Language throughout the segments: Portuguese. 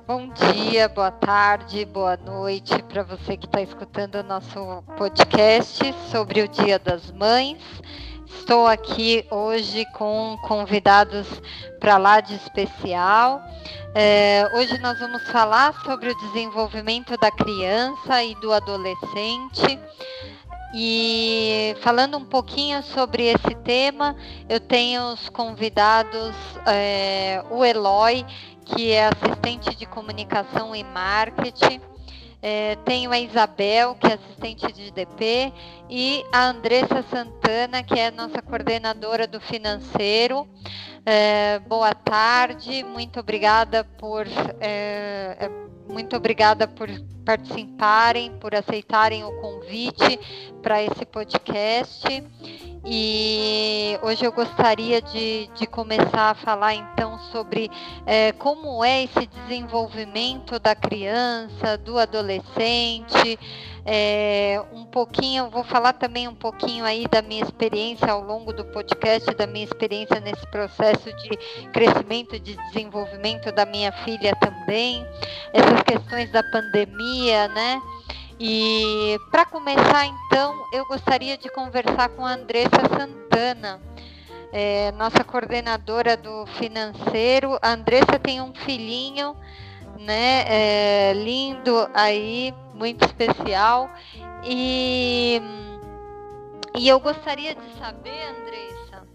Bom dia, boa tarde, boa noite para você que está escutando o nosso podcast sobre o Dia das Mães. Estou aqui hoje com convidados para lá de especial. Hoje nós vamos falar sobre o desenvolvimento da criança e do adolescente. E falando um pouquinho sobre esse tema, eu tenho os convidados, o Eloy, que é assistente de comunicação e marketing, tenho a Isabel, que é assistente de DP, e a Andressa Santana, que é nossa coordenadora do financeiro. Boa tarde, muito obrigada por participarem, por aceitarem o convite para esse podcast. E hoje eu gostaria de começar a falar então sobre como é esse desenvolvimento da criança, do adolescente, vou falar também um pouquinho aí da minha experiência ao longo do podcast, da minha experiência nesse processo de crescimento, de desenvolvimento da minha filha também, essas questões da pandemia, né? E para começar, então, eu gostaria de conversar com a Andressa Santana, nossa coordenadora do financeiro. A Andressa tem um filhinho, né, lindo aí, muito especial. E eu gostaria de saber, Andressa,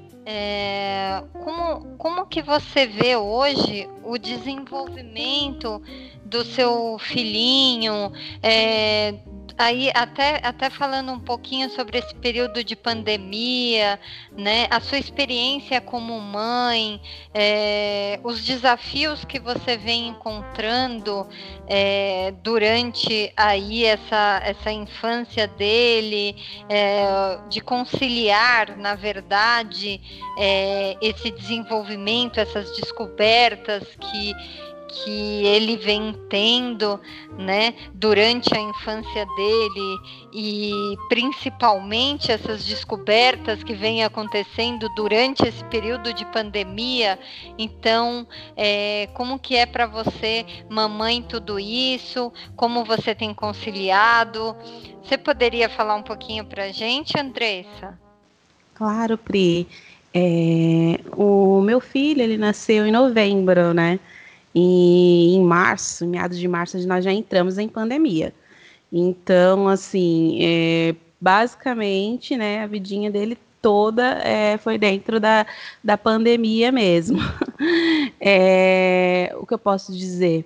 como que você vê hoje o desenvolvimento do seu filhinho, aí até falando um pouquinho sobre esse período de pandemia, né? A sua experiência como mãe, os desafios que você vem encontrando durante aí essa infância dele, de conciliar, na verdade, esse desenvolvimento, essas descobertas que ele vem tendo, né, durante a infância dele, e principalmente essas descobertas que vêm acontecendo durante esse período de pandemia. Então, como que é para você, mamãe, tudo isso? Como você tem conciliado? Você poderia falar um pouquinho para a gente, Andressa? Claro, Pri. O meu filho, ele nasceu em novembro, né? E em março, meados de março, nós já entramos em pandemia. Então, assim, basicamente, né, a vidinha dele toda foi dentro da pandemia mesmo. O que eu posso dizer?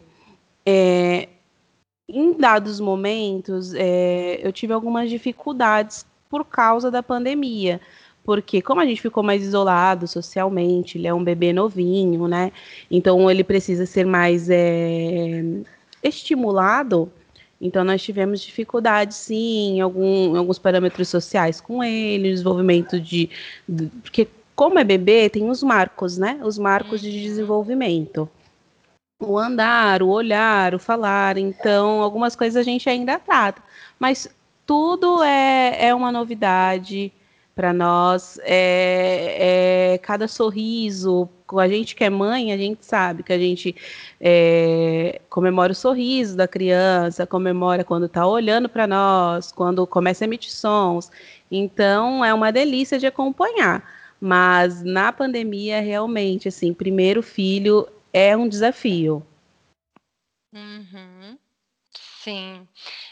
Em dados momentos, eu tive algumas dificuldades por causa da pandemia, porque como a gente ficou mais isolado socialmente, ele é um bebê novinho, né? Então ele precisa ser mais estimulado. Então nós tivemos dificuldade, sim, em alguns parâmetros sociais com ele, desenvolvimento porque como é bebê, tem os marcos, né? Os marcos de desenvolvimento, o andar, o olhar, o falar. Então, algumas coisas a gente ainda trata, mas tudo é uma novidade para nós. Cada sorriso, com a gente que é mãe, a gente sabe que a gente comemora o sorriso da criança, comemora quando está olhando para nós, quando começa a emitir sons. Então, é uma delícia de acompanhar. Mas na pandemia, realmente, assim, primeiro filho é um desafio. Uhum. Sim.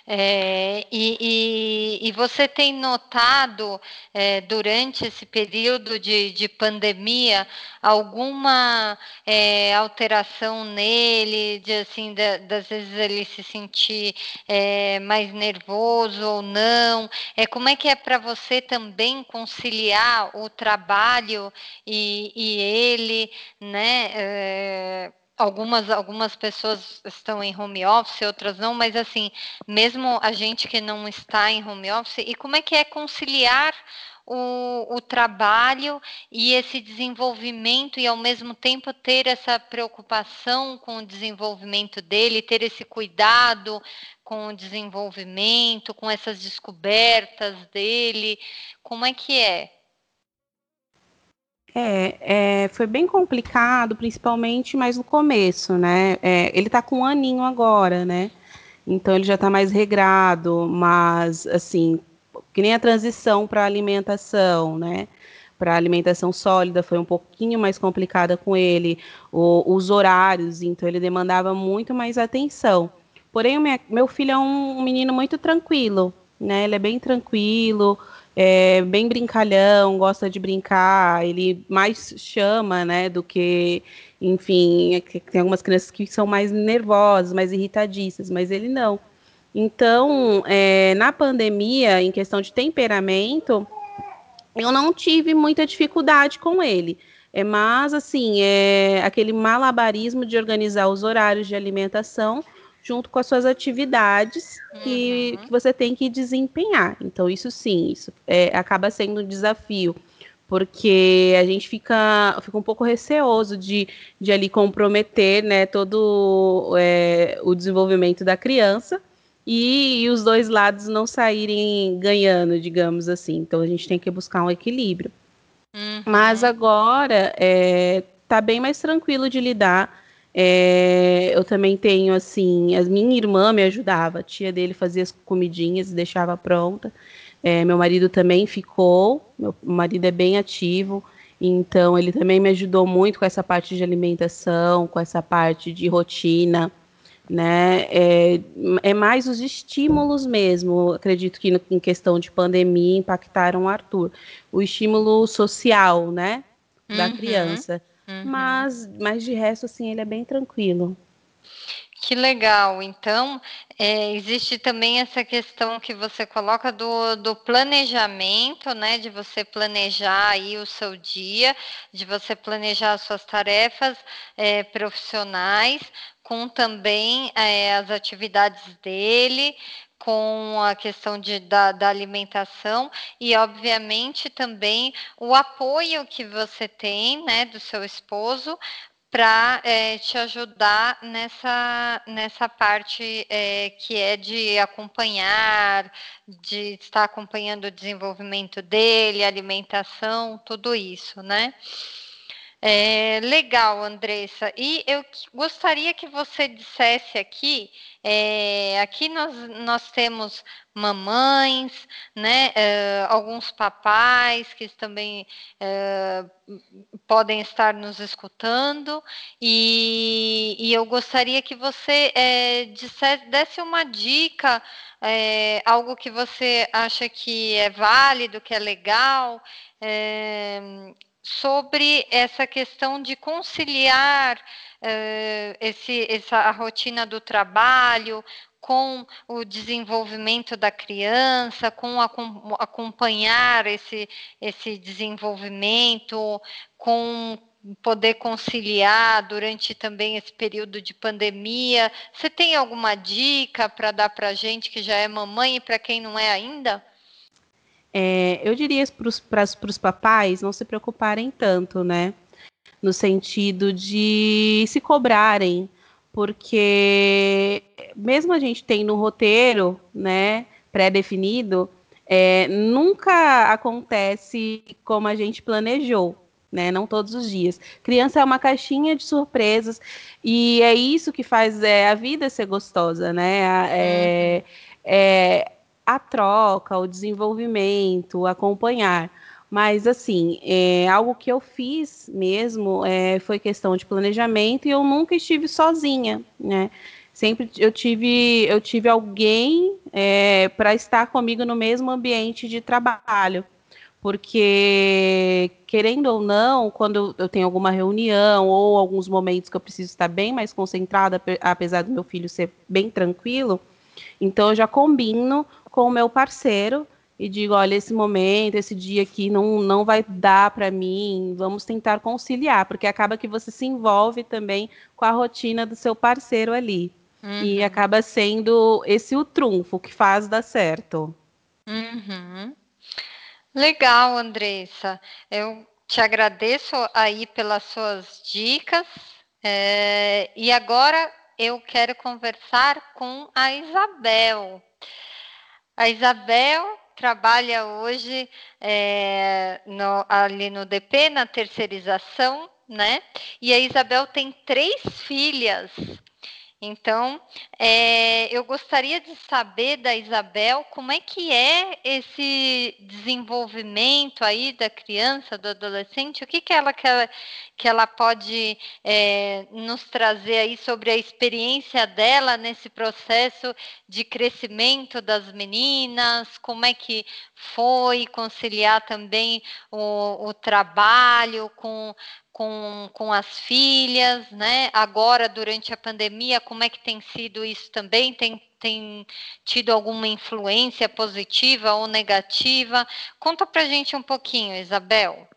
E você tem notado, durante esse período de pandemia, alguma alteração nele, assim, das vezes ele se sentir mais nervoso ou não? Como é que é para você também conciliar o trabalho e ele, né? Algumas pessoas estão em home office, outras não, mas assim, mesmo a gente que não está em home office, e como é que é conciliar o trabalho e esse desenvolvimento, e ao mesmo tempo ter essa preocupação com o desenvolvimento dele, ter esse cuidado com o desenvolvimento, com essas descobertas dele, como é que é? foi bem complicado, principalmente mais no começo, né? Ele tá com 1 aninho agora, né? Então ele já tá mais regrado, mas assim, que nem a transição para alimentação, né? Para alimentação sólida foi um pouquinho mais complicada com ele, os horários, então ele demandava muito mais atenção. Porém, meu filho é um menino muito tranquilo, né? Ele é bem tranquilo, bem brincalhão, gosta de brincar, ele mais chama, né, do que, enfim, tem algumas crianças que são mais nervosas, mais irritadiças, mas ele não. Então, na pandemia, em questão de temperamento, eu não tive muita dificuldade com ele. Mas, assim, aquele malabarismo de organizar os horários de alimentação junto com as suas atividades que você tem que desempenhar. Então, isso sim, isso acaba sendo um desafio, porque a gente fica um pouco receoso de ali comprometer, né, todo o desenvolvimento da criança e os dois lados não saírem ganhando, digamos assim. Então a gente tem que buscar um equilíbrio. Mas agora tá bem mais tranquilo de lidar. Eu também tenho assim, a minha irmã me ajudava, a tia dele fazia as comidinhas e deixava pronta. Meu marido também ficou, meu marido é bem ativo, então ele também me ajudou muito com essa parte de alimentação, com essa parte de rotina, né? É mais os estímulos mesmo. Acredito que em questão de pandemia impactaram o Arthur. O estímulo social, né? Da criança. Mas de resto, assim, ele é bem tranquilo. Que legal. Então, existe também essa questão que você coloca do planejamento, né? De você planejar aí o seu dia, de você planejar as suas tarefas profissionais, com também as atividades dele, com a questão da alimentação e, obviamente, também o apoio que você tem, né, do seu esposo para te ajudar nessa parte que é de acompanhar, de estar acompanhando o desenvolvimento dele, alimentação, tudo isso, né? Legal, Andressa. E eu gostaria que você dissesse aqui, aqui nós temos mamães, né, alguns papais que também podem estar nos escutando, e eu gostaria que você desse uma dica, algo que você acha que é válido, que é legal, sobre essa questão de conciliar a rotina do trabalho com o desenvolvimento da criança, com acompanhar esse desenvolvimento, com poder conciliar durante também esse período de pandemia. Você tem alguma dica para dar para a gente que já é mamãe e para quem não é ainda? Eu diria para os papais não se preocuparem tanto, né? No sentido de se cobrarem, porque mesmo a gente tendo um roteiro, né, pré-definido, nunca acontece como a gente planejou, né? Não todos os dias. Criança é uma caixinha de surpresas e é isso que faz a vida ser gostosa, né? A troca, o desenvolvimento, o acompanhar. Mas, assim, algo que eu fiz mesmo foi questão de planejamento e eu nunca estive sozinha, né? Sempre eu tive alguém para estar comigo no mesmo ambiente de trabalho. Porque, querendo ou não, quando eu tenho alguma reunião ou alguns momentos que eu preciso estar bem mais concentrada, apesar do meu filho ser bem tranquilo, então eu já combino com o meu parceiro e digo, olha, esse momento, esse dia aqui não vai dar para mim, vamos tentar conciliar, porque acaba que você se envolve também com a rotina do seu parceiro ali. E acaba sendo esse o trunfo que faz dar certo. Legal, Andressa. Eu te agradeço aí pelas suas dicas. E agora eu quero conversar com a Isabel. A Isabel trabalha hoje ali no DP, na terceirização, né? E a Isabel tem 3 filhas. Então, eu gostaria de saber da Isabel como é que é esse desenvolvimento aí da criança, do adolescente, o que que ela pode nos trazer aí sobre a experiência dela nesse processo de crescimento das meninas, como é que foi conciliar também o trabalho com as filhas, né? Agora, durante a pandemia, como é que tem sido isso também? Tem tido alguma influência positiva ou negativa? Conta pra gente um pouquinho, Isabel.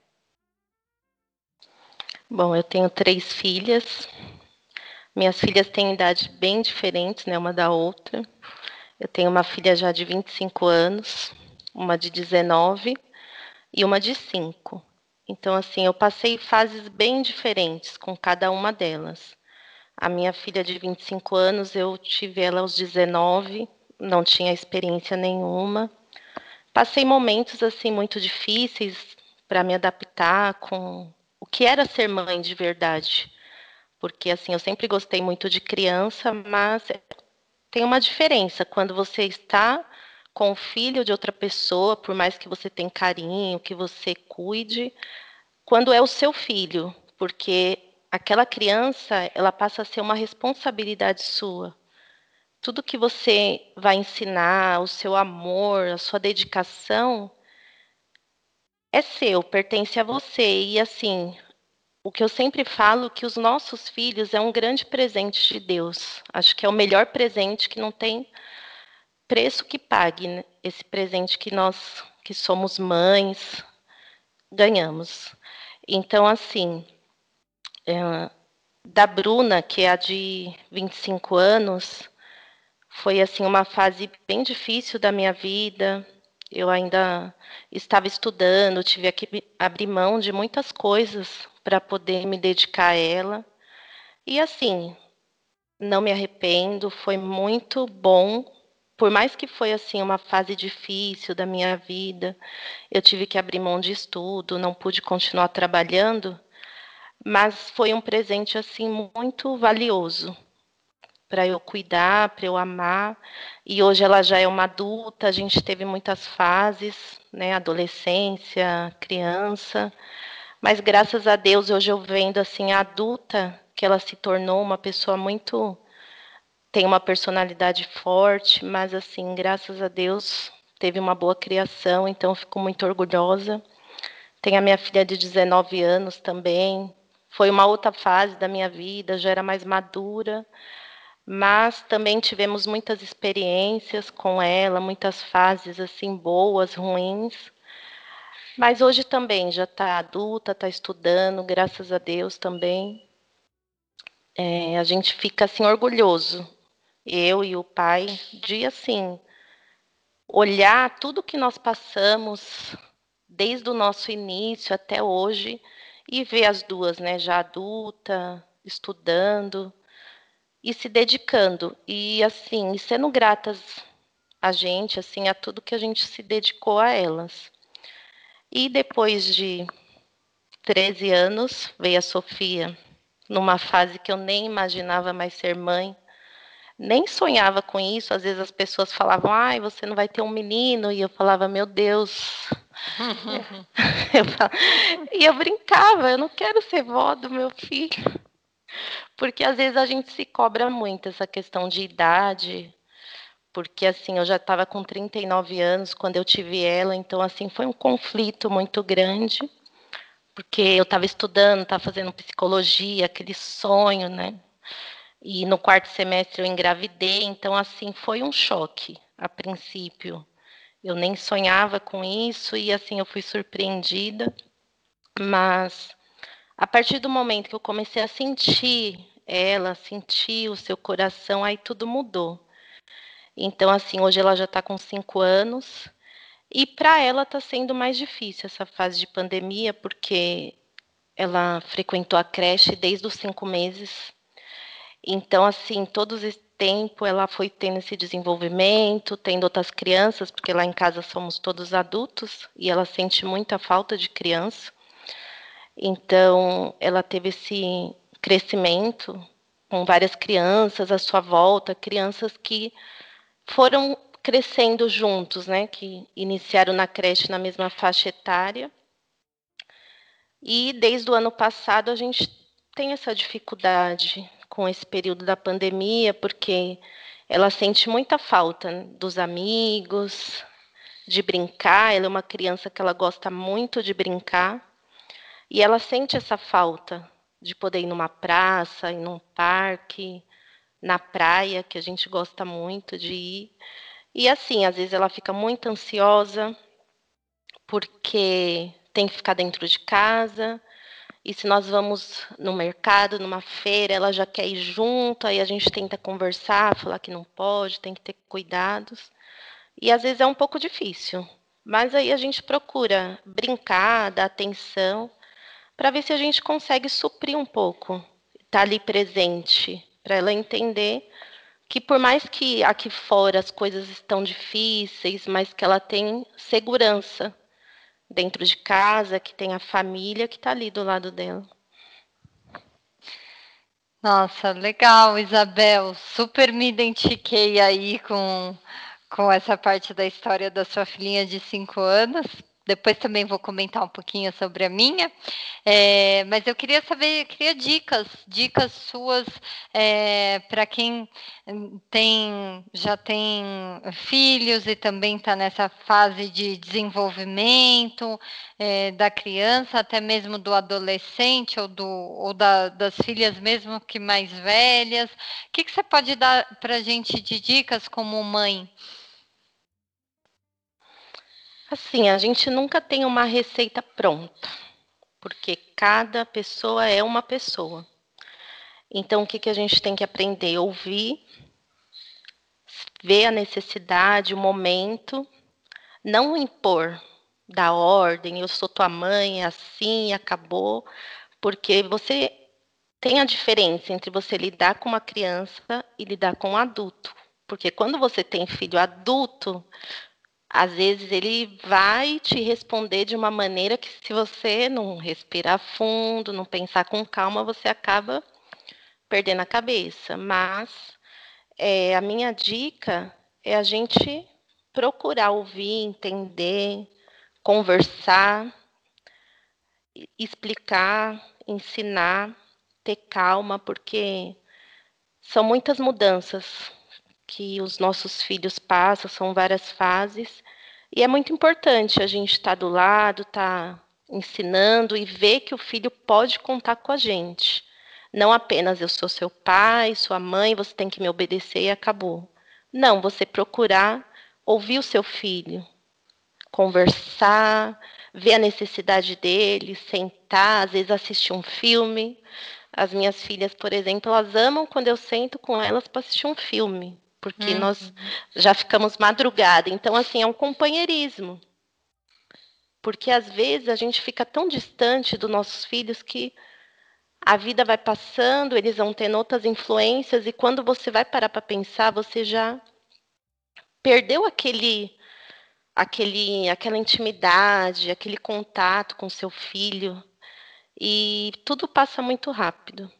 Bom, eu tenho 3 filhas. Minhas filhas têm idade bem diferentes, né, uma da outra. Eu tenho uma filha já de 25 anos, uma de 19 e uma de 5. Então, assim, eu passei fases bem diferentes com cada uma delas. A minha filha de 25 anos, eu tive ela aos 19, não tinha experiência nenhuma. Passei momentos, assim, muito difíceis para me adaptar com o que era ser mãe de verdade. Porque, assim, eu sempre gostei muito de criança, mas tem uma diferença quando você está com o filho de outra pessoa, por mais que você tenha carinho, que você cuide, quando é o seu filho, porque aquela criança, ela passa a ser uma responsabilidade sua. Tudo que você vai ensinar, o seu amor, a sua dedicação, é seu, pertence a você. E assim, o que eu sempre falo é que os nossos filhos é um grande presente de Deus. Acho que é o melhor presente, que não tem preço que pague, né? Esse presente que nós, que somos mães, ganhamos. Então, assim, da Bruna, que é a de 25 anos, foi assim uma fase bem difícil da minha vida. Eu ainda estava estudando, tive que abrir mão de muitas coisas para poder me dedicar a ela. E assim, não me arrependo, foi muito bom. Por mais que foi assim uma fase difícil da minha vida, eu tive que abrir mão de estudo, não pude continuar trabalhando, mas foi um presente assim muito valioso para eu cuidar, para eu amar. E hoje ela já é uma adulta, a gente teve muitas fases, né, adolescência, criança, mas graças a Deus hoje eu vendo assim a adulta que ela se tornou uma pessoa muito, tem uma personalidade forte, mas assim, graças a Deus teve uma boa criação, então eu fico muito orgulhosa. Tem a minha filha de 19 anos também. Foi uma outra fase da minha vida, já era mais madura, mas também tivemos muitas experiências com ela, muitas fases assim boas, ruins. Mas hoje também já está adulta, está estudando, graças a Deus também. A gente fica assim orgulhoso, eu e o pai, de assim olhar tudo que nós passamos desde o nosso início até hoje e ver as duas, né, já adulta, estudando e se dedicando e assim, e sendo gratas a gente, assim, a tudo que a gente se dedicou a elas. E depois de 13 anos, veio a Sofia, numa fase que eu nem imaginava mais ser mãe, nem sonhava com isso. Às vezes as pessoas falavam, ai, você não vai ter um menino, e eu falava, meu Deus. E eu brincava, eu não quero ser vó do meu filho, porque às vezes a gente se cobra muito essa questão de idade, porque assim, eu já estava com 39 anos quando eu tive ela, então assim, foi um conflito muito grande, porque eu estava estudando, estava fazendo psicologia, aquele sonho, né? E no quarto semestre eu engravidei, então assim, foi um choque a princípio. Eu nem sonhava com isso e assim, eu fui surpreendida, mas a partir do momento que eu comecei a sentir ela, sentir o seu coração, aí tudo mudou. Então, assim, hoje ela já está com 5 anos e para ela está sendo mais difícil essa fase de pandemia, porque ela frequentou a creche desde os 5 meses. Então, assim, todo esse tempo ela foi tendo esse desenvolvimento, tendo outras crianças, porque lá em casa somos todos adultos e ela sente muita falta de criança. Então, ela teve esse crescimento com várias crianças à sua volta, crianças que foram crescendo juntos, né? Que iniciaram na creche na mesma faixa etária. E desde o ano passado a gente tem essa dificuldade com esse período da pandemia, porque ela sente muita falta, né, dos amigos, de brincar. Ela é uma criança que ela gosta muito de brincar e ela sente essa falta de poder ir numa praça, ir num parque, na praia, que a gente gosta muito de ir. E assim, às vezes ela fica muito ansiosa porque tem que ficar dentro de casa. E se nós vamos no mercado, numa feira, ela já quer ir junto, aí a gente tenta conversar, falar que não pode, tem que ter cuidados. E às vezes é um pouco difícil. Mas aí a gente procura brincar, dar atenção, para ver se a gente consegue suprir um pouco, estar ali presente, para ela entender que por mais que aqui fora as coisas estão difíceis, mas que ela tem segurança dentro de casa, que tem a família que está ali do lado dela. Nossa, legal, Isabel. Super me identifiquei aí com essa parte da história da sua filhinha de 5 anos. Depois também vou comentar um pouquinho sobre a minha. Mas eu queria saber, queria dicas suas para quem já tem filhos e também está nessa fase de desenvolvimento da criança, até mesmo do adolescente das filhas mesmo que mais velhas. O que você pode dar para a gente de dicas como mãe? Assim, a gente nunca tem uma receita pronta, porque cada pessoa é uma pessoa. Então, o que a gente tem que aprender? Ouvir, ver a necessidade, o momento, não impor, dar ordem, eu sou tua mãe, é assim, acabou, porque você tem a diferença entre você lidar com uma criança e lidar com um adulto. Porque quando você tem filho adulto, às vezes ele vai te responder de uma maneira que, se você não respirar fundo, não pensar com calma, você acaba perdendo a cabeça. Mas a minha dica é a gente procurar ouvir, entender, conversar, explicar, ensinar, ter calma, porque são muitas mudanças que os nossos filhos passam, são várias fases, e é muito importante a gente estar do lado, estar ensinando e ver que o filho pode contar com a gente. Não apenas eu sou seu pai, sua mãe, você tem que me obedecer e acabou. Não, você procurar ouvir o seu filho, conversar, ver a necessidade dele, sentar, às vezes assistir um filme. As minhas filhas, por exemplo, elas amam quando eu sento com elas para assistir um filme, porque nós já ficamos madrugada. Então, assim, é um companheirismo. Porque às vezes a gente fica tão distante dos nossos filhos que a vida vai passando, eles vão tendo outras influências, e quando você vai parar para pensar, você já perdeu aquela intimidade, aquele contato com seu filho, e tudo passa muito rápido.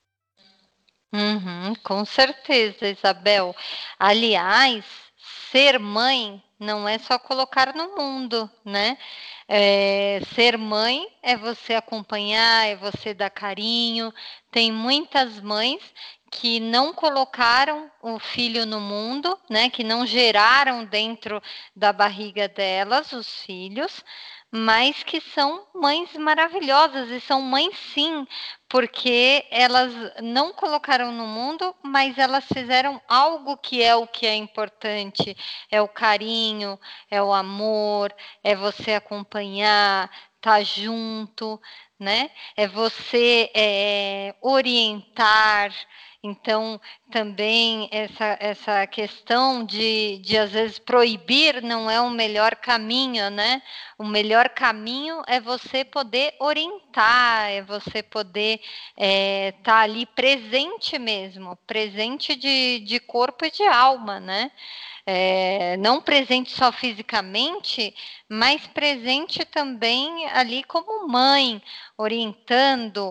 Com certeza, Isabel. Aliás, ser mãe não é só colocar no mundo, né? Ser mãe é você acompanhar, é você dar carinho. Tem muitas mães que não colocaram o filho no mundo, né? Que não geraram dentro da barriga delas os filhos, mas que são mães maravilhosas e são mães sim, porque elas não colocaram no mundo, mas elas fizeram algo que é o que é importante, é o carinho, é o amor, é você acompanhar, estar junto, né? É você orientar. Então, também essa questão de às vezes proibir não é o melhor caminho, né? O melhor caminho é você poder orientar, é você poder estar ali presente mesmo, presente de corpo e de alma, né? não presente só fisicamente, mas presente também ali como mãe, orientando,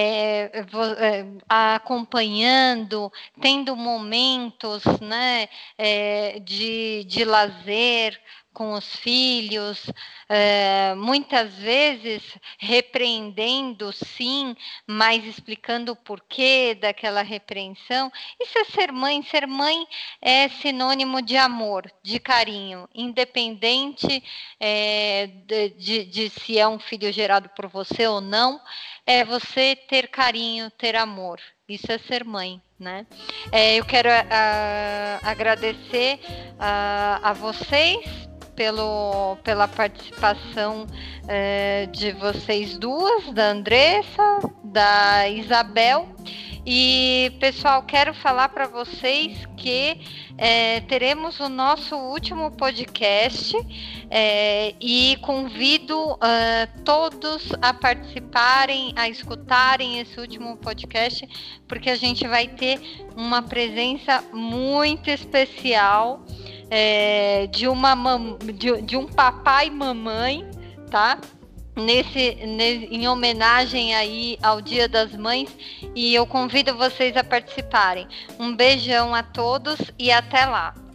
acompanhando, tendo momentos, né, de lazer com os filhos, muitas vezes repreendendo, sim, mas explicando o porquê daquela repreensão. Isso é ser mãe. Ser mãe é sinônimo de amor, de carinho, independente de se é um filho gerado por você ou não, é você ter carinho, ter amor. Isso é ser mãe, né? Eu quero agradecer a vocês pela participação de vocês duas, da Andressa, da Isabel. E, pessoal, quero falar para vocês que teremos o nosso último podcast e convido todos a participarem, a escutarem esse último podcast, porque a gente vai ter uma presença muito especial de um papai e mamãe, tá? Em homenagem aí ao Dia das Mães, e eu convido vocês a participarem. Um beijão a todos e até lá!